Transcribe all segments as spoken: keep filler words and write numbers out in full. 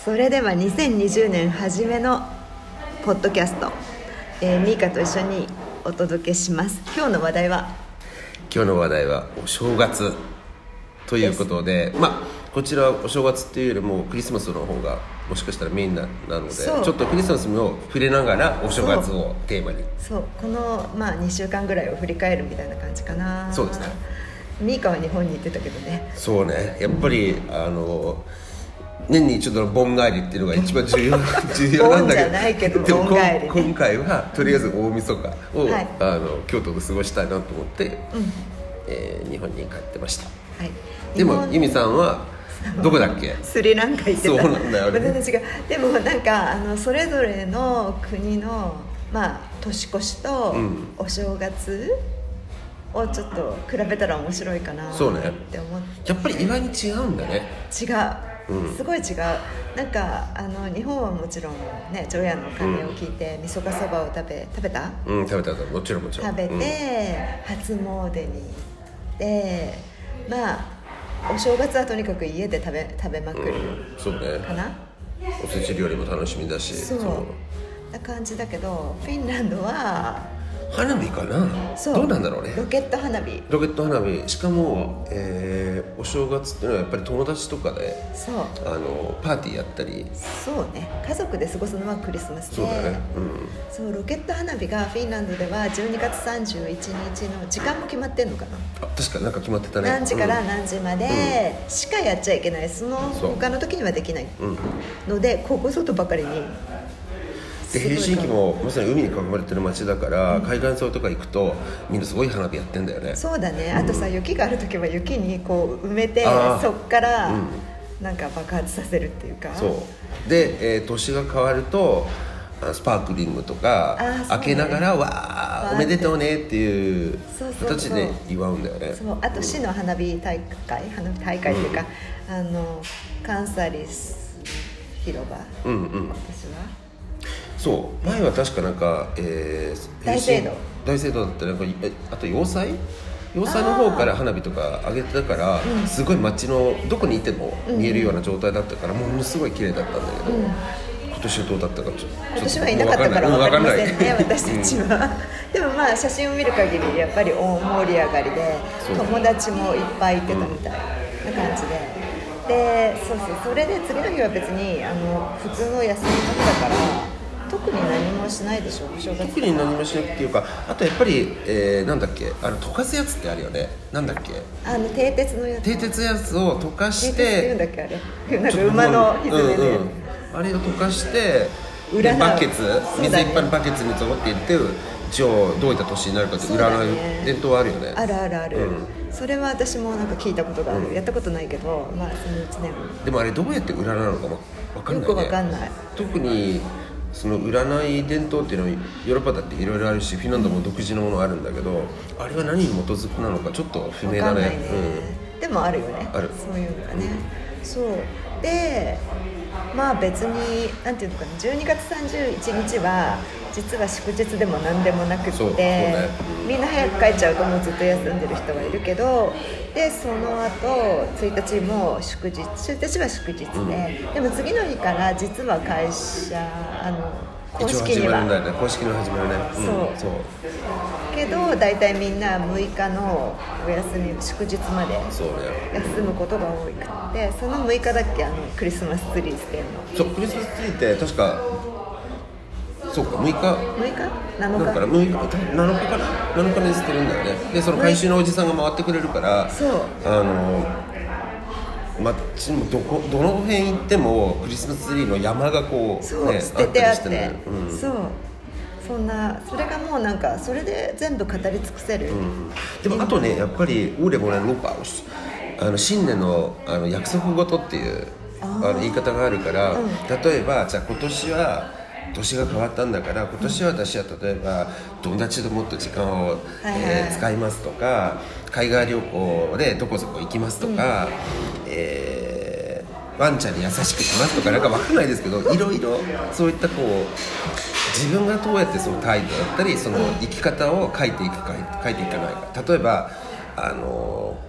それではにせんにじゅうねん初めのポッドキャスト、えー、ミーカと一緒にお届けします。今日の話題は今日の話題はお正月ということで、まあこちらはお正月っていうよりもクリスマスの方がもしかしたらメインななので、ちょっとクリスマスの触れながらお正月をテーマに、 そうこの、まあ、にしゅうかんぐらいを振り返るみたいな感じかな。 そうですね。 ミーカは日本に行ってたけどね。 そうね、やっぱりあの年に一度の盆帰りっていうのが一番重要重要なんだけど、盆じゃないけど盆帰り、ね、今回はとりあえず大晦日を、はい、あの京都で過ごしたいなと思って、うんえー、日本に帰ってました、はい、でも由美さんはどこだっけ？ スリランカ行ってた。 そうなんだよね。 私がでもなんかあのそれぞれの国の、まあ、年越しとお正月をちょっと比べたら面白いかなって思って、そうね、 やっぱり意外に違うんだね。 違う、うん、すごい違う。なんかあの日本はもちろんね除夜の鐘を聞いて、うん、味噌かそばを食べ食べた？ うん食べたもちろんもちろん食べて、うん、初詣に行ってまあお正月はとにかく家で食べ食べまくるかな、うん、そうね、 おせち料理も楽しみだし、 そうな感じだけど、フィンランドは花火かな。そうどうなんだろうね。 ロケット花火ロケット花火しかも、えー、お正月っていうのはやっぱり友達とかでそうあのパーティーやったり、 そうね、家族で過ごすのはクリスマスで、 そうだね、うん、 そうロケット花火がフィンランドではじゅうにがつさんじゅういちにちの時間も決まってんのかな。 あ確かなんか決まってたね。 何時から何時までしかやっちゃいけない、その他の時にはできないので、ここ外ばかりにでヘルシンキもまさに海に囲まれてる街だから、うん、海岸沿いとか行くとみんなすごい花火やってんだよね。 そうだね。あとさ、うん、雪がある時は雪にこう埋めてそっからなんか爆発させるっていうか、 そうで、えー、年が変わるとスパークリングとか開けながら、ね、わーおめでとうねっていう形で祝うんだよね。 そう、あと市の花火大会花火大会っていうか、うん、あのカンサリス広場、うんうん、私はそう前は確かなんか、えー、大聖堂大聖堂だったらなんかあと要塞要塞の方から花火とか上げてたから、うん、すごい街のどこにいても見えるような状態だったから、うん、ものすごい綺麗だったんだけど、うん、今年はどうだったかちょっと今年はいなかったから分かりませんね、私たちは、うん、でもまあ写真を見る限りやっぱり大盛り上がりで友達もいっぱいいてたみたいな感じで、でそうそうそれで次の日は別にあの普通の休みの日だから特に何もしないでしょ。正月特に何もしなくていうか、あとやっぱり、えー、なんだっけあの溶かすやつってあるよね。なんだっけあの蹄鉄のやつ蹄鉄やつを溶かして蹄鉄って言うんだっけあれなんか馬のひずめで、うんうん、 あれを溶かしてバケツ、水いっぱいのバケツに積もっていって一応どういった年になるかって占う、ね、伝統はあるよね。 あるあるある、うん、それは私もなんか聞いたことがある、うん、やったことないけど、まあそのいちねんでもあれどうやって占うのかも分かんないね。 よく分かんない。 特にその占い伝統っていうのはヨーロッパだっていろいろあるし、フィンランドも独自のものあるんだけど、あれは何に基づくなのかちょっと不明だね。 ね、うん、でもあるよね。 ある。 そういうのがね、うん、そうでまあ別になんていうのかな、じゅうにがつさんじゅういちにちは実は祝日でも何でもなくって、そうそうね、みんな早く帰っちゃうともうずっと休んでる人がいるけど、でその後ついたちも祝日、ついたちは祝日で、うん、でも次の日から実は会社あの公式には、 ね、公式の始まるね、 うん、そう、そうけど大体みんなむいかのお休み祝日まで休むことが多くて、そのむいかだっけあのクリスマスツリーしてるの。 そうクリスマスツリーって確かそうかむいかむいかなのかだからむいかなのかかななのかに捨てるんだよね。でその回収のおじさんが回ってくれるから、 そうあの街もどこどの辺行ってもクリスマスツリーの山がこう、 そう、 ね、 捨ててあって、 ね、うん、 そうそんなそれがもうなんかそれで全部語り尽くせる、うん、 でもあとねやっぱりオーレボランロパあの新年の、あの約束事っていうあの言い方があるから、うん、例えばじゃあ今年は年が変わったんだから今年は私は例えば友達ともっと時間を、はいはい、えー、使いますとか、海外旅行でどこそこ行きますとか、うん、えー、ワンちゃんに優しくしますとかなんか分かんないですけどいろいろそういったこう自分がどうやってその態度だったりその生き方を書いていくか書いていかないか。例えばあの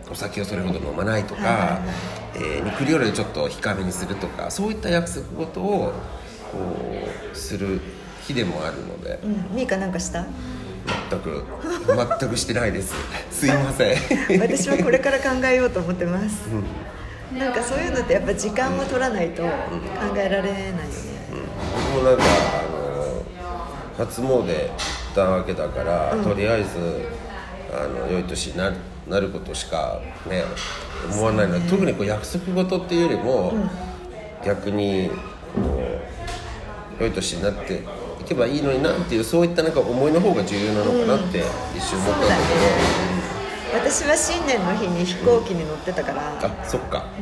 お酒をそれほど飲まないとか、 はいはいはい、 えー、肉料理をちょっと控えめにするとか、そういった約束事をこうする日でもあるので、 うん、ミーカなんかした？ 全く全くしてないですすいません私はこれから考えようと思ってます、うん、なんかそういうのってやっぱ時間を取らないと考えられないよね、 うん、僕もなんかあの初詣行ったわけだから、うん、とりあえずあの良い年になる、なることしかね思わないので、ね、特にこう約束事っていうよりも、うん、逆にこう良い年になっていけばいいのになっていう、そういったなんか思いの方が重要なのかなって一瞬思ったんだけど、うんね、 私は新年の日に飛行機に乗ってたから、 うん、あ、そっか、 うん、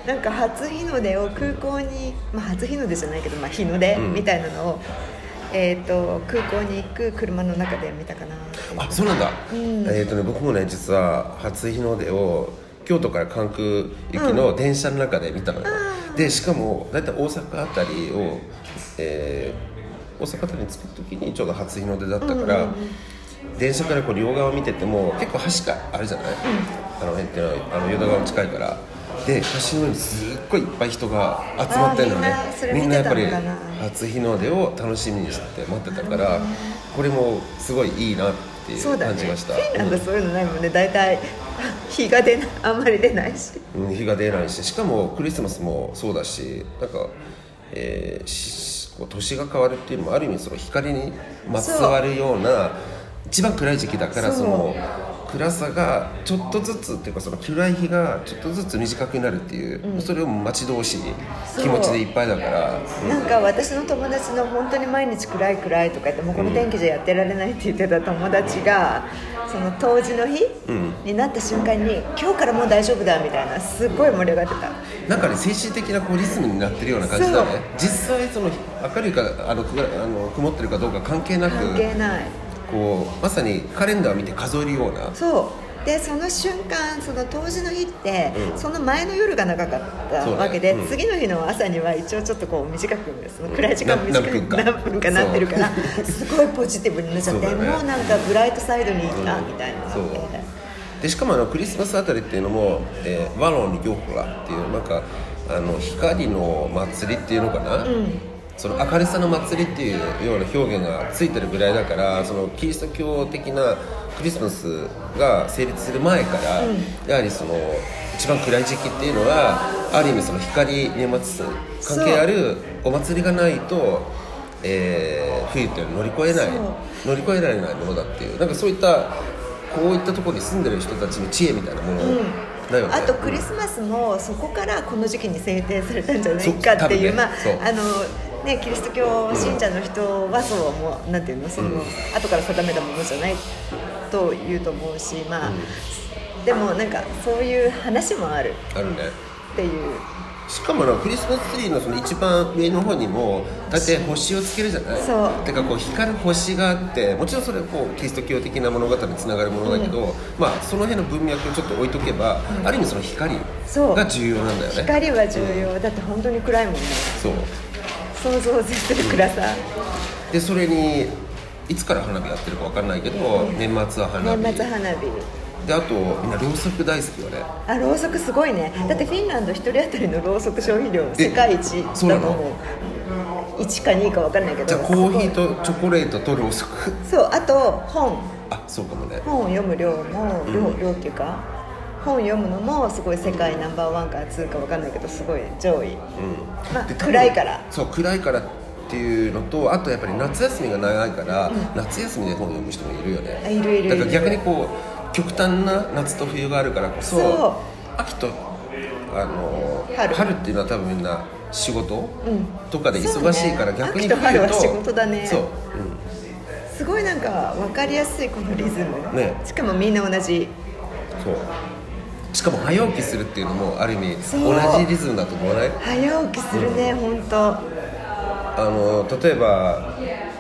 なんか初日の出を空港に、まあ、初日の出じゃないけど、まあ、日の出みたいなのを、うん、えー、と空港に行く車の中で見たかな。 あ、そうなんだ、うん、えーとね、僕もね実は初日の出を京都から関空行きの電車の中で見たのよ、うん、でしかもだいたい大阪あたりを、えー、大阪あたりに着く時にちょうど初日の出だったから、うんうんうん、電車からこう両側を見てても結構橋があるじゃない、うん、あの辺っていうのはあの淀川近いから、で橋の上にすっごいいっぱい人が集まってるのね。みんなやっぱり初日の出を楽しみにして待ってたから、これもすごいいいなっていう感じがした。 そうだね、フィンランドそういうのないもんね、だいたい日が出ない、あんまり出ないし、 うん、日が出ないし、しかもクリスマスもそうだし、なんか、えー、こう年が変わるっていうのもある意味その光にまつわるような一番暗い時期だから、その暗さがちょっとずつっていうか、その暗い日がちょっとずつ短くなるっていう、うん、それを待ち遠しい気持ちでいっぱいだから、 うん、なんか私の友達の本当に毎日暗い暗いとか言ってもうこの天気じゃやってられないって言ってた友達が、その冬至の日になった瞬間に、うん、今日からもう大丈夫だみたいな、すごい盛り上がってた。 なんかね、精神的なこうリズムになってるような感じだね。実際その明るいかあのあの曇ってるかどうか関係なく、 関係ない、 こうまさにカレンダーを見て数えるような。 そうで、その瞬間、その冬至の日って、うん、その前の夜が長かったわけで、ね、うん、次の日の朝には一応ちょっとこう短く、その暗い時間短く何分かなってるからすごいポジティブになっちゃって、ね、もうなんかブライトサイドに行ったみたいな、うん、そうで、しかもあのクリスマスあたりっていうのも、えー、ワロンリギョフラっていうなんかあの光の祭りっていうのかな、うん、その明るさの祭りっていうような表現がついてるぐらいだから、そのキリスト教的なクリスマスが成立する前から、うん、やはりその一番暗い時期っていうのはある意味その光にまつ関係あるお祭りがないと、えー、冬っていうのは乗り越えない乗り越えられないものだっていう、なんかそういったこういったところに住んでる人たちの知恵みたいなもの、うんだよね、 あとクリスマスもそこからこの時期に制定されたんじゃないかっていう、ね、まああのね、キリスト教信者の人はそうもうなんていうの、その、うん、後から定めたものじゃないと言うと思うし、まあ、うん、でもなんかそういう話もあるあるねっていう。 しかもな、クリスマスツリーのその一番上の方にも大体星をつけるじゃない。そうてかこう光る星があって、もちろんそれはこうキリスト教的な物語につながるものだけど、うん、まあその辺の文脈をちょっと置いとけば、うん、ある意味その光が重要なんだよね。 光は重要、うん、だって本当に暗いもんね。そう想像を絶する暗さ、 うん、でそれにいつから花火やってるか分かんないけど、うん、年末は花火、 年末花火で、あとみんなろうそく大好きよね。 あ、ろうそくすごいね。だってフィンランド一人当たりのろうそく消費量世界一だと思う。いちかにいか分かんないけど、 じゃあコーヒーとチョコレートとろうそく。 そう、あと本、 あ、そうかもね。 本を読む量も、うん、量, 量っていうか本読むのもすごい世界ナンバーワンかツーか分かんないけどすごい上位、うん、まあ、暗いから。 そう、暗いからっていうのと、あとやっぱり夏休みが長いから、うん、夏休みで本を読む人もいるよね。 いるいる。 だから逆にこう極端な夏と冬があるからこそ、そう秋とあの 春, 春っていうのは多分みんな仕事、うん、とかで忙しいから、ね、逆に冬と秋と春は仕事だね。 そう、うん、 すごいなんか分かりやすいこのリズム、ね、しかもみんな同じ。 そう、しかも早起きするっていうのもある意味同じリズムだと思わない？ 早起きするね、うん、本当。 あの例えば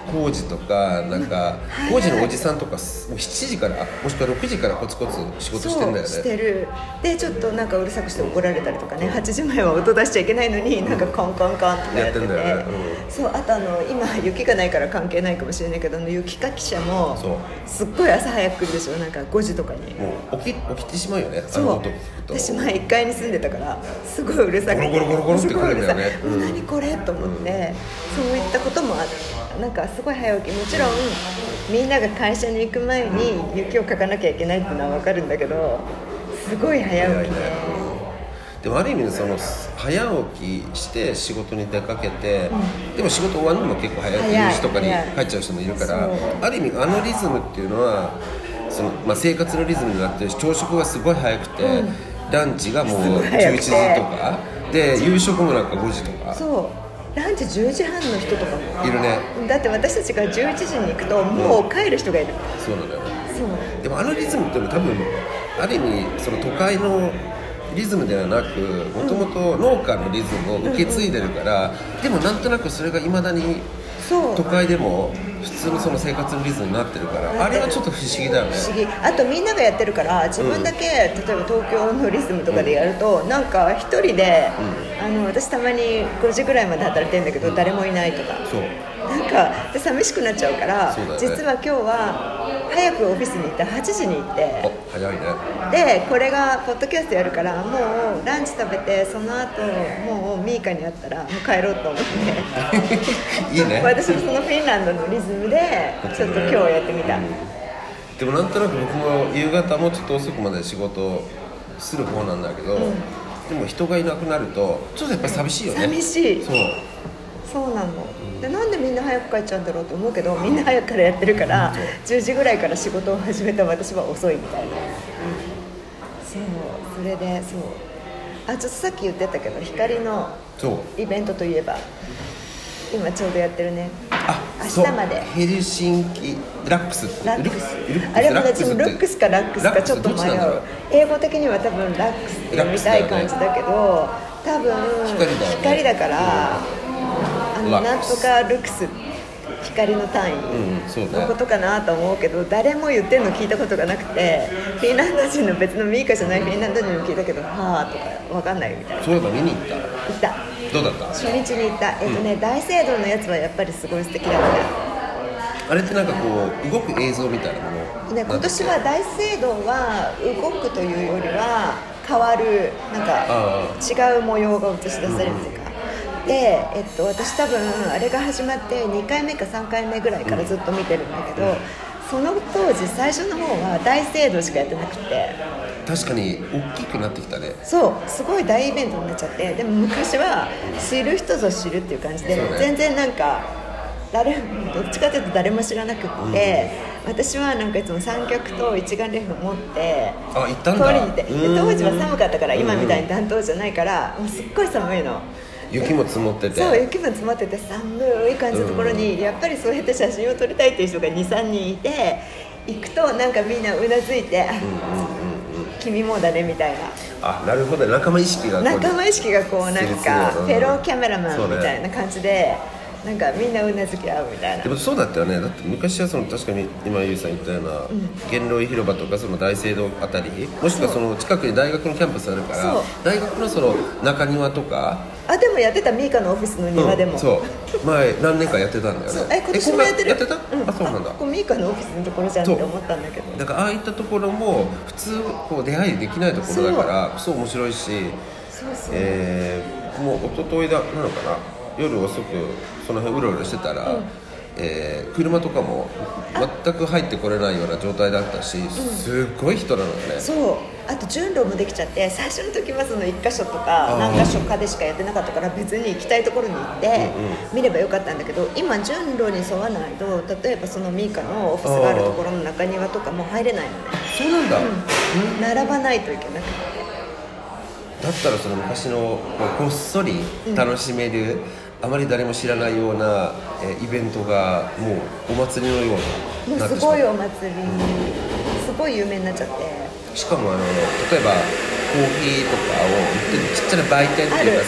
工事とかなんか工事のおじさんとかもうしちじからもしくはろくじからコツコツ仕事してんだよね。 そうしてる。でちょっとなんかうるさくして怒られたりとかね、はちじまえは音出しちゃいけないのになんかコンコンコンとかやってて、 やってんだよね、 うん、そうあとあの今雪がないから関係ないかもしれないけど、あの雪かき車もすっごい朝早く来るでしょ、なんかごじとかにもう起き起きてしまうよね。 そう、 あの音聞くと。 私前いっかいに住んでたからすごいうるさくてゴロゴロゴロゴロってくるんだよね、 うん、何これと思って、うん、そういったこともあって、なんかすごい早起き、もちろんみんなが会社に行く前に雪をかかなきゃいけないっていうのは分かるんだけど、すごい早起きで、ね、 でもある意味その早起きして仕事に出かけて、うん、でも仕事終わるのも結構早いじとかに帰っちゃう人もいるから、ある意味あのリズムっていうのはその、まあ、生活のリズムになってるし、朝食がすごい早くて、うん、ランチがもうじゅういちじとかで夕食もなんかごじとか、 そうランチじゅうじはんの人とかもいるね。 だって私たちがじゅういちじに行くともう帰る人がいる、 うん、そうなんだよね。 そうでもあのリズムっていうのは多分ある意味その都会のリズムではなく、もともと農家のリズムを受け継いでるから、うん、でもなんとなくそれがいまだに都会でも普通のその生活のリズムになってるから、あれはちょっと不思議だよね。 不思議。あとみんながやってるから自分だけ、うん、例えば東京のリズムとかでやると、うん、なんか一人で、うん、あの私たまにごじぐらいまで働いてるんだけど、うん、誰もいないとか、 そうなんかで寂しくなっちゃうから、 そうだよね、 実は今日は早くオフィスに行ってはちじに行って、 早いね。 でこれがポッドキャストやるから、もうランチ食べてその後もうミーカに会ったらもう帰ろうと思っていいね。 私もそのフィンランドのリズムでちょっと今日やってみた、うん、 でもなんとなく僕も夕方もちょっと遅くまで仕事する方なんだけど、うん、でも人がいなくなるとちょっとやっぱり寂しいよね。 寂しい。 そうそうなの。でなんでみんな早く帰っちゃうんだろうと思うけど、みんな早くからやってるから、じゅうじぐらいから仕事を始めた私は遅いみたいな、うん、そうそれでそうあちょっとさっき言ってたけど光のイベントといえば今ちょうどやってるね。 あ明日までヘルシンキラックスってラックスあれも私もルックスかラックスかちょっと迷う。英語的には多分ラックスって読みたい感じだけど、多分光だからあのなんとかルクス光の単位のことかなと思うけど、誰も言ってるの聞いたことがなくて、フィンランド人の別のミーカじゃないフィンランド人の聞いたけど、はぁとか分かんないみたいな。 そういえば見に行った？ 行った。 どうだった？ 初日に行った。えっとね、うん、大聖堂のやつはやっぱりすごい素敵だったね。 あれってなんかこう動く映像みたいなものね、今年は大聖堂は動くというよりは変わる、なんか違う模様が映し出されるっていうか、で、えっと、私多分あれが始まってにかいめかさんかいめぐらいからずっと見てるんだけど、その当時最初の方は大聖堂しかやってなくて、 確かに大きくなってきたね。 そうすごい大イベントになっちゃって、でも昔は知る人ぞ知るっていう感じで、ね、全然なんか誰どっちかというと誰も知らなくって、うん、私はなんかいつも三脚と一眼レフ持ってあ行ったんだ。 通りに行って、当時は寒かったから今みたいに暖冬じゃないから、もうすっごい寒いの。 雪も積もってて、 そう雪も積もってて寒い感じのところに、やっぱりそうやって写真を撮りたいっていう人が にさんにんいて、行くとなんかみんなうなずいて、うんうんうんうん、君もだねみたいな。 あ、なるほど、仲間意識がこう仲間意識がこうなんかフェローキャメラマンみたいな感じで、なんかみんなうなずき合うみたいな。 でもそうだったよね。だって昔はその確かに今ゆうさん言ったような、うん、元老院広場とかその大聖堂あたり、もしくはその近くに大学のキャンパスあるから、大学のその中庭とか、 あでもやってたミーカのオフィスの庭でも、 うん、そう前何年かやってたんだよね。 え今年もやってる。 やってた、うん、あそうなんだ。 ここミーカのオフィスのところじゃんって思ったんだけど、 だからああいったところも普通こう出会いできないところだからそう面白いし、 そうそう、 えー、もう一昨日だなのかな、夜遅くその辺うろうろしてたら、うん、えー、車とかも全く入ってこれないような状態だったし、すっごい人なのよね。 そうあと順路もできちゃって、最初の時はそのいっか所とか何か所かでしかやってなかったから、別に行きたいところに行って見ればよかったんだけど、今順路に沿わないと、例えばそのミーカのオフィスがあるところの中庭とかも入れないのね。 そうなんだ、 うん、並ばないといけなくて、 だったらその昔のこっそり楽しめる、うん、あまり誰も知らないような、えー、イベントがもうお祭りのようになってしまう。 もうすごいお祭り、すごい有名になっちゃって、 しかもあの例えばコーヒーとかを売ってるちっちゃな売店っていうかさ、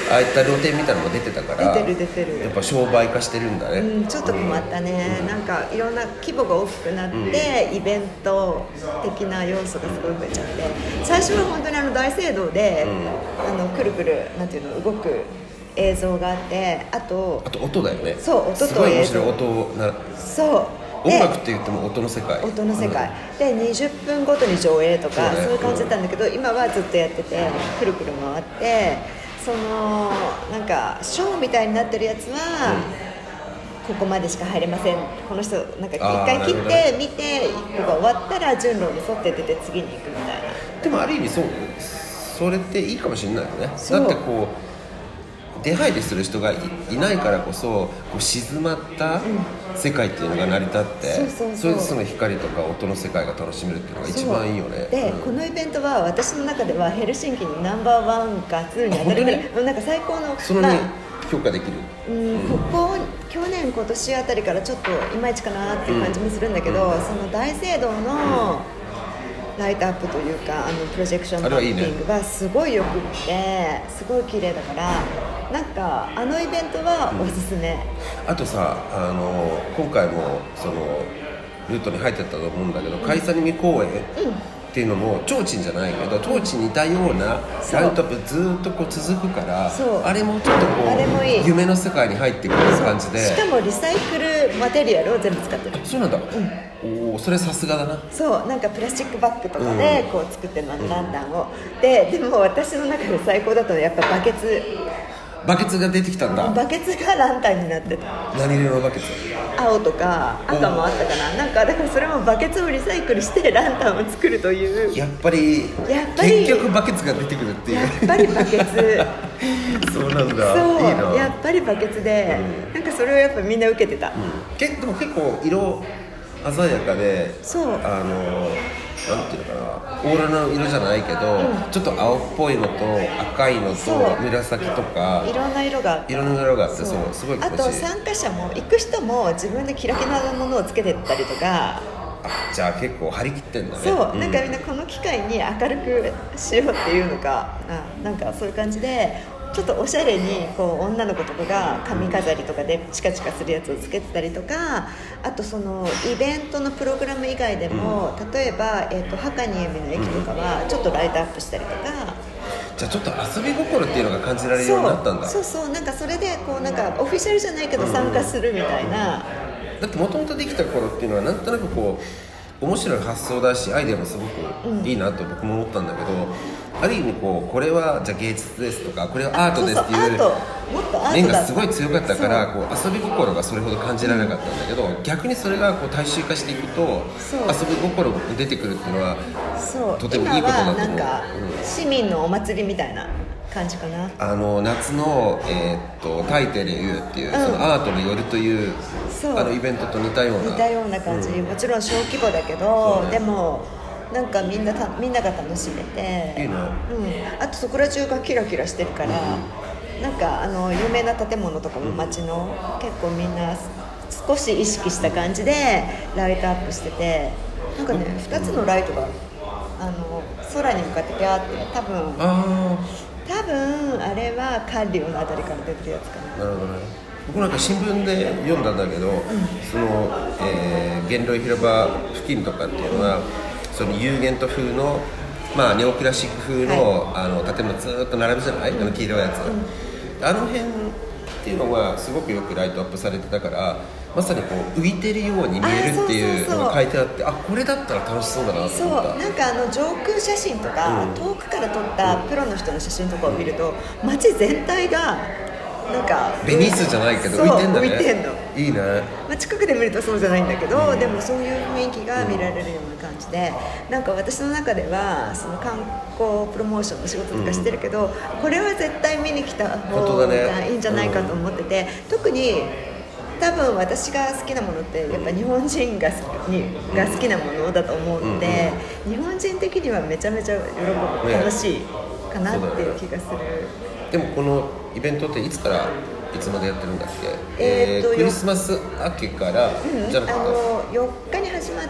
ああいった露店みたいなのも出てたから出てる出てるやっぱ商売化してるんだね、 うん、ちょっと困ったね、うん、なんかいろんな規模が大きくなって、うん、イベント的な要素がすごい増えちゃって最初は本当にあの大聖堂で、うん、あのくるくるなんていうの動く映像があってあとあと音だよねそう音と映像すごい面白い音なそう音楽って言っても音の世界音の世界、うん、でにじゅっぷんごとに上映とかそう、ね,、そういう感じだったんだけど、うん、今はずっとやっててくるくる回ってそのなんかショーみたいになってるやつは、うん、ここまでしか入れませんこの人なんか一回切って見てここが終わったら順路に沿って出て次に行くみたいなでもある意味そうそれっていいかもしれないよねだってこう出入りする人が い, いないからこそこう静まった世界っていうのが成り立って、うん、そうそうそう、それでその光とか音の世界が楽しめるっていうのが一番いいよねで、 うん、 このイベントは私の中ではヘルシンキにナンバーワンかツーに当たるぐらいなんか最高のそのに、まあ、評価できる、 うんうん、ここ去年今年あたりからちょっといまいちかなっていう感じもするんだけど、うん、その大聖堂の、うんライトアップというかあのプロジェクションマッピングがすごいよくってすごい綺麗だからなんかあのイベントはおすすめ、 うん、あとさあの今回もそのルートに入ってたと思うんだけど、うん、カイサニミ公園っていうのも提灯じゃないけど提灯に似たようなライトアップずっとこう続くからあれもちょっとこういい夢の世界に入ってくる感じでしかもリサイクルマテリアルを全部使ってるそうなんだ、うん、おそれさすがだなそうなんかプラスチックバッグとかでこう作ってるの、うん、ランタンをででも私の中で最高だったのはやっぱバケツバケツが出てきたんだバケツがランタンになってた何色のバケツ青とか赤もあったかななんかだからそれもバケツをリサイクルしてランタンを作るというやっぱりやっぱり結局バケツが出てくるっていうやっぱりバケツそうなんだそういいなやっぱりバケツで、うん、なんかそれをやっぱみんな受けてた、うん、 けでも結構色鮮やかでそうあのなんていうのかなオーロラの色じゃないけど、うん、ちょっと青っぽいのと赤いのと紫とかいろんな色があっていろんな色があってそうすごい気持ちいいあと参加者も行く人も自分でキラキラなものをつけてったりとかあじゃあ結構張り切ってんだねそう、うん、なんかみんなこの機会に明るくしようっていうのかななんかそういう感じでちょっとおしゃれにこう女の子とかが髪飾りとかでチカチカするやつをつけてたりとかあとそのイベントのプログラム以外でも、うん、例えば、えーと、墓に海の駅とかはちょっとライトアップしたりとか、 じゃあちょっと遊び心っていうのが感じられるようになったんだそうそうそうなんかそれでこうなんかオフィシャルじゃないけど参加するみたいな、 うん、だってもともとできた頃っていうのはなんとなくこう面白い発想だしアイデアもすごくいいなと僕も思ったんだけど、うんある意味こうこれはじゃあ芸術ですとかこれはアートですっていう面がすごい強かったからこう遊び心がそれほど感じられなかったんだけど、うん、逆にそれがこう大衆化していくと遊び心が出てくるっていうのはとてもいいことだと思う。 今はなんか市民のお祭りみたいな感じかなあの夏の、えー、っとタイテレユーっていう、うん、そのアートの夜というあのイベントと似たような似たような感じ、うん、もちろん小規模だけど、ね、でもなんかみんなたみんなが楽しめていいな、 うん、あとそこら中がキラキラしてるから、うん、なんかあの有名な建物とかも街の、うん、結構みんな少し意識した感じでライトアップしててなんかね、うん、ふたつのライトがあの空に向かってピャーって多分あ多分あれはカンリオのあたりから出てるやつかな。 なるほどね。僕なんか新聞で読んだんだけど、うん、その、えー、元老広場付近とかっていうのは、うんそのユーゲント風の、まあ、ネオクラシック風の、はい、あの建物ずっと並ぶじゃない、うん、あの黄色いやつ、うん、あの辺っていうのがすごくよくライトアップされてたからまさにこう浮いてるように見えるっていうのが書いてあってあこれだったら楽しそうだなと思ったそうなんかあの上空写真とか、うん、遠くから撮ったプロの人の写真とかを見ると街全体がなんかベニスじゃないけど浮いてんだね浮いてんのいいね、 まあ、近くで見るとそうじゃないんだけど、うん、でもそういう雰囲気が見られるような感じでなんか私の中ではその観光プロモーションの仕事とかしてるけど、うん、これは絶対見に来た方がいいんじゃないかと思ってて、うん、特に多分私が好きなものってやっぱ日本人が好きにが好きなものだと思うので、うん、日本人的にはめちゃめちゃ喜ぶ楽しいかなっていう気がする、ね、 でもこのイベントっていつからいつまでやってるんだっけ、 えー、とクリスマス明けから、 うん、 じゃなかったあのよっかに始まっ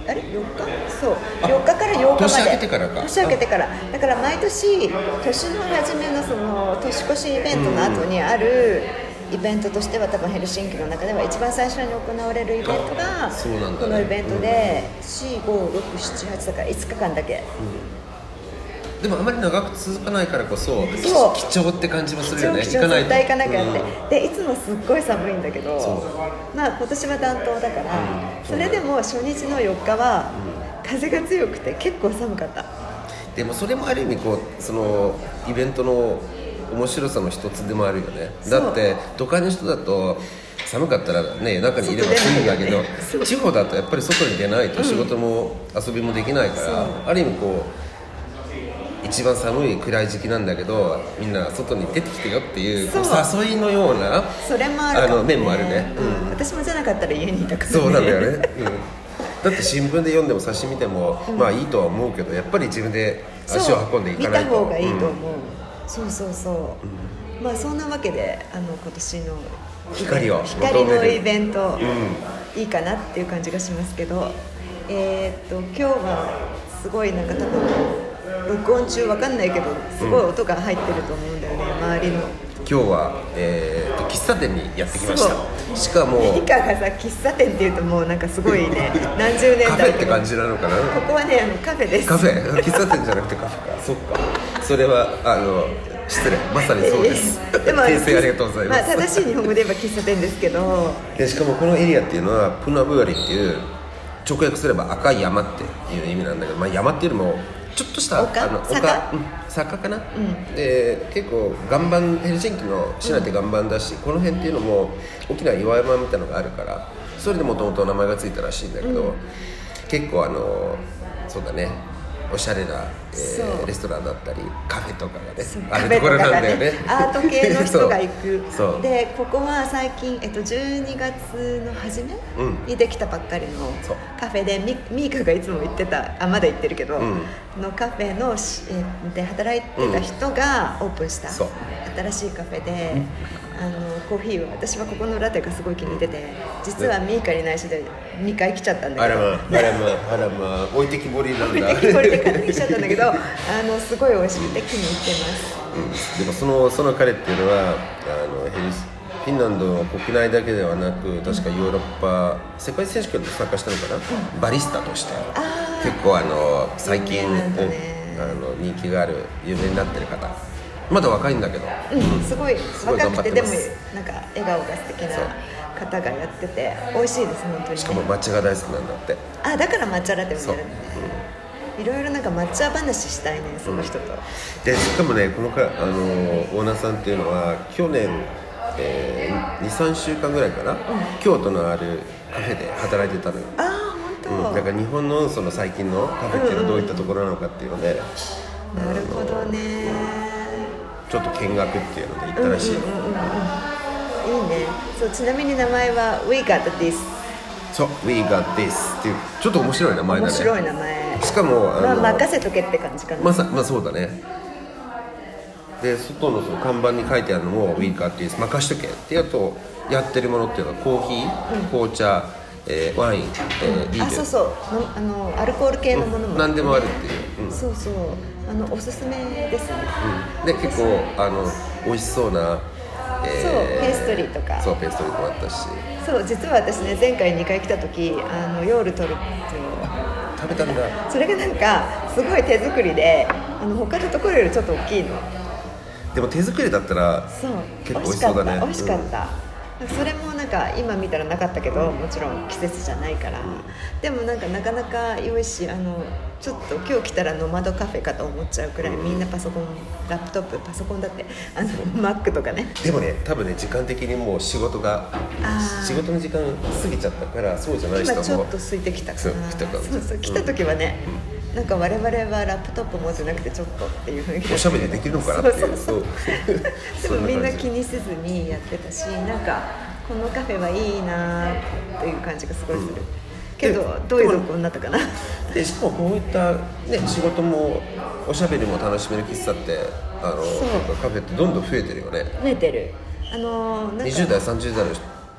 あれよっかそうよっかからようかまで年明けてからか年明けてからだから毎年年の初めのその年越しイベントの後にあるイベントとしては多分ヘルシンキの中では一番最初に行われるイベントがこのイベントでよん、ご、ろく、しち、はちだからいつかかんだけ、 うん、でもあまり長く続かないからこそそう貴重って感じもするよね。 貴重貴重絶対行かなきゃって、うん、でいつもすっごい寒いんだけどまあ今年は暖冬だから、うん、それでも初日のよっかは風が強くて結構寒かった。 でもそれもある意味こうそのイベントの面白さの一つでもあるよね。だって都会の人だと寒かったらね中にいればいいんだけど、ね、地方だとやっぱり外に出ないと仕事も遊びもできないから、うん、ある意味こう一番寒い暗い時期なんだけどみんな外に出てきてよっていう誘いのようなそれもあるかも、ね、 あの面もあるね、 うん、私もじゃなかったら家にいたからね。 そうなんだよね、うん、だって新聞で読んでも冊子見ても、うん、まあいいとは思うけどやっぱり自分で足を運んでいかないと見た方がいいと思う、うん、そうそうそう、うん、まあそんなわけであの今年の光を光のイベント、うん、いいかなっていう感じがしますけど、えー、っと今日はすごいなんか多分録音中わかんないけどすごい音が入ってると思うんだよね、うん、周りの。 今日は、えー、と喫茶店にやってきました。しかもいかがさ喫茶店っていうともうなんかすごいね何十年代カフェって感じなのかな。 ここはねあのカフェです。 カフェ喫茶店じゃなくてカフェかそっかそれはあの失礼まさにそうです、えー、でも訂正ありがとうございます、 まあ、正しい日本語で言えば喫茶店ですけどでしかもこのエリアっていうのはプナブアリっていう直訳すれば赤い山っていう意味なんだけど、まあ、山っていうよりもちょっとした丘あの丘、うん、坂かな、うん、で結構岩盤ヘルシンキの市内って岩盤だし、うん、この辺っていうのも大きな岩山みたいなのがあるからそれでもともと名前がついたらしいんだけど、うん、結構あのそうだねおしゃれな、えー、レストランだったりカフェとかがねあるところなんだよね。 アート系の人が行くそうでここは最近、えっと、じゅうにがつの初め、うん、にできたばっかりのカフェでミミーカがいつも行ってたあまだ行ってるけど、うん、のカフェの、えー、で働いてた人がオープンした、うん、新しいカフェで、うんあのコーヒーは私はここのラテがすごい気に入ってて実はミーカに内緒でにかい来ちゃったんだけどあらまあらまあらま置いてきぼりなんだ置いてきぼりで買ってきちゃったんだけどあのすごい美味しくて気に入ってます、 うん、でもそのその彼っていうのはあのヘルスフィンランドの国内だけではなく確かヨーロッパ世界選手権で参加したのかな、うん、バリスタとして結構あの最近、ねうん、あの人気がある有名になってる方まだ若いんだけど、 うん、すごい若くてでもなんか笑顔が素敵な方がやってて美味しいです本当に、ね、 しかも抹茶が大好きなんだって。 あだから抹茶ラテもやるんだね、いろいろなんか抹茶話したいねその人と、うん、 でしかもねこのかあのオーナーさんっていうのは去年、えー、にさんしゅうかんぐらいかな、うん、京都のあるカフェで働いてたのよ。 あ本当、 うん、だから日本 の, その最近のカフェっていうのはどういったところなのかっていうので、 うんうん、なるほどねちょっと見学っていうので行ったらしい、うんうんうんうん、いいね。そうちなみに名前は We Got This そう We Got This っていうちょっと面白い名前だね。 面白い名前しかもあの、 まあ、任せとけって感じかな。 まさ、まあそうだね。で外 の, その看板に書いてあるのも We Got This 任しとけってやるとやってるものっていうのはコーヒー、うん、紅茶、えー、ワイン、えー、ビール、 あそうそうあのアルコール系のものも、 うん、何でもあるっていう、 うん、そうそうあのおすすめですね、 うん、で結構あの美味しそうな、 えー、そうペーストリーとかそうペーストリーもあったしそう実は私ね前回にかい来た時あのヨールトルっていうのを食べたんだ。 それがなんかすごい手作りであの他のところよりちょっと大きいの。 でも手作りだったらそう結構美味しそうだね。 美味しかった、美味しかった、うん、それもなんか今見たらなかったけど、うん、もちろん季節じゃないから、うん、でもなんかなかなか良いしあのちょっと今日来たらノマドカフェかと思っちゃうくらい、うん、みんなパソコンラップトップパソコンだってあの Mac とかね。 でもね多分ね時間的にもう仕事が仕事の時間過ぎちゃったからそうじゃない人も今ちょっと空いてきたかな。そうそう来た時はね、うん、なんか我々はラップトップ持ってなくてちょっとっていう雰囲気おしゃべりできるのかなっていうそうでもみんな気にせずにやってたしなんかこのカフェはいいなっていう感じがすごいする、うんけどどういうとこになったかな。 でしかもこういった、ね、仕事もおしゃべりも楽しめる喫茶ってあのカフェってどんどん増えてるよね。 増えてるあのなんかにじゅう代さんじゅう代の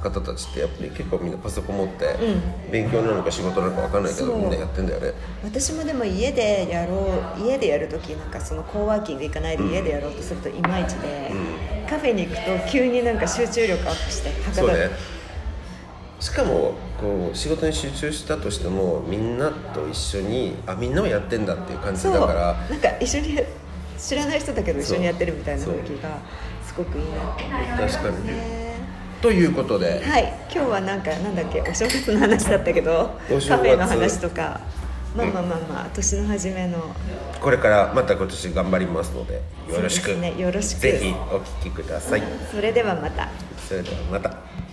方たちってやっぱり結構みんなパソコン持って、うん、勉強なのか仕事なのか分かんないけどみんなやってんだよね。 私もでも家でやろう家でやるときなんかそのコーワーキング行かないで家でやろうとするといまいちで、うん、カフェに行くと急になんか集中力アップしてはかどる。 そうね。しかもこう仕事に集中したとしてもみんなと一緒にあみんなもやってんだっていう感じだから、 なんか一緒に知らない人だけど一緒にやってるみたいな時がすごくいいなって思います。 確かにね。ということで、 はい、今日はなんかなんだっけお正月の話だったけどカフェの話とか、まあまあまあまあ、うん、年の初めのこれからまた今年頑張りますのでよろしく、 ね、よろしくぜひお聞きください。 それではまた。 それではまた。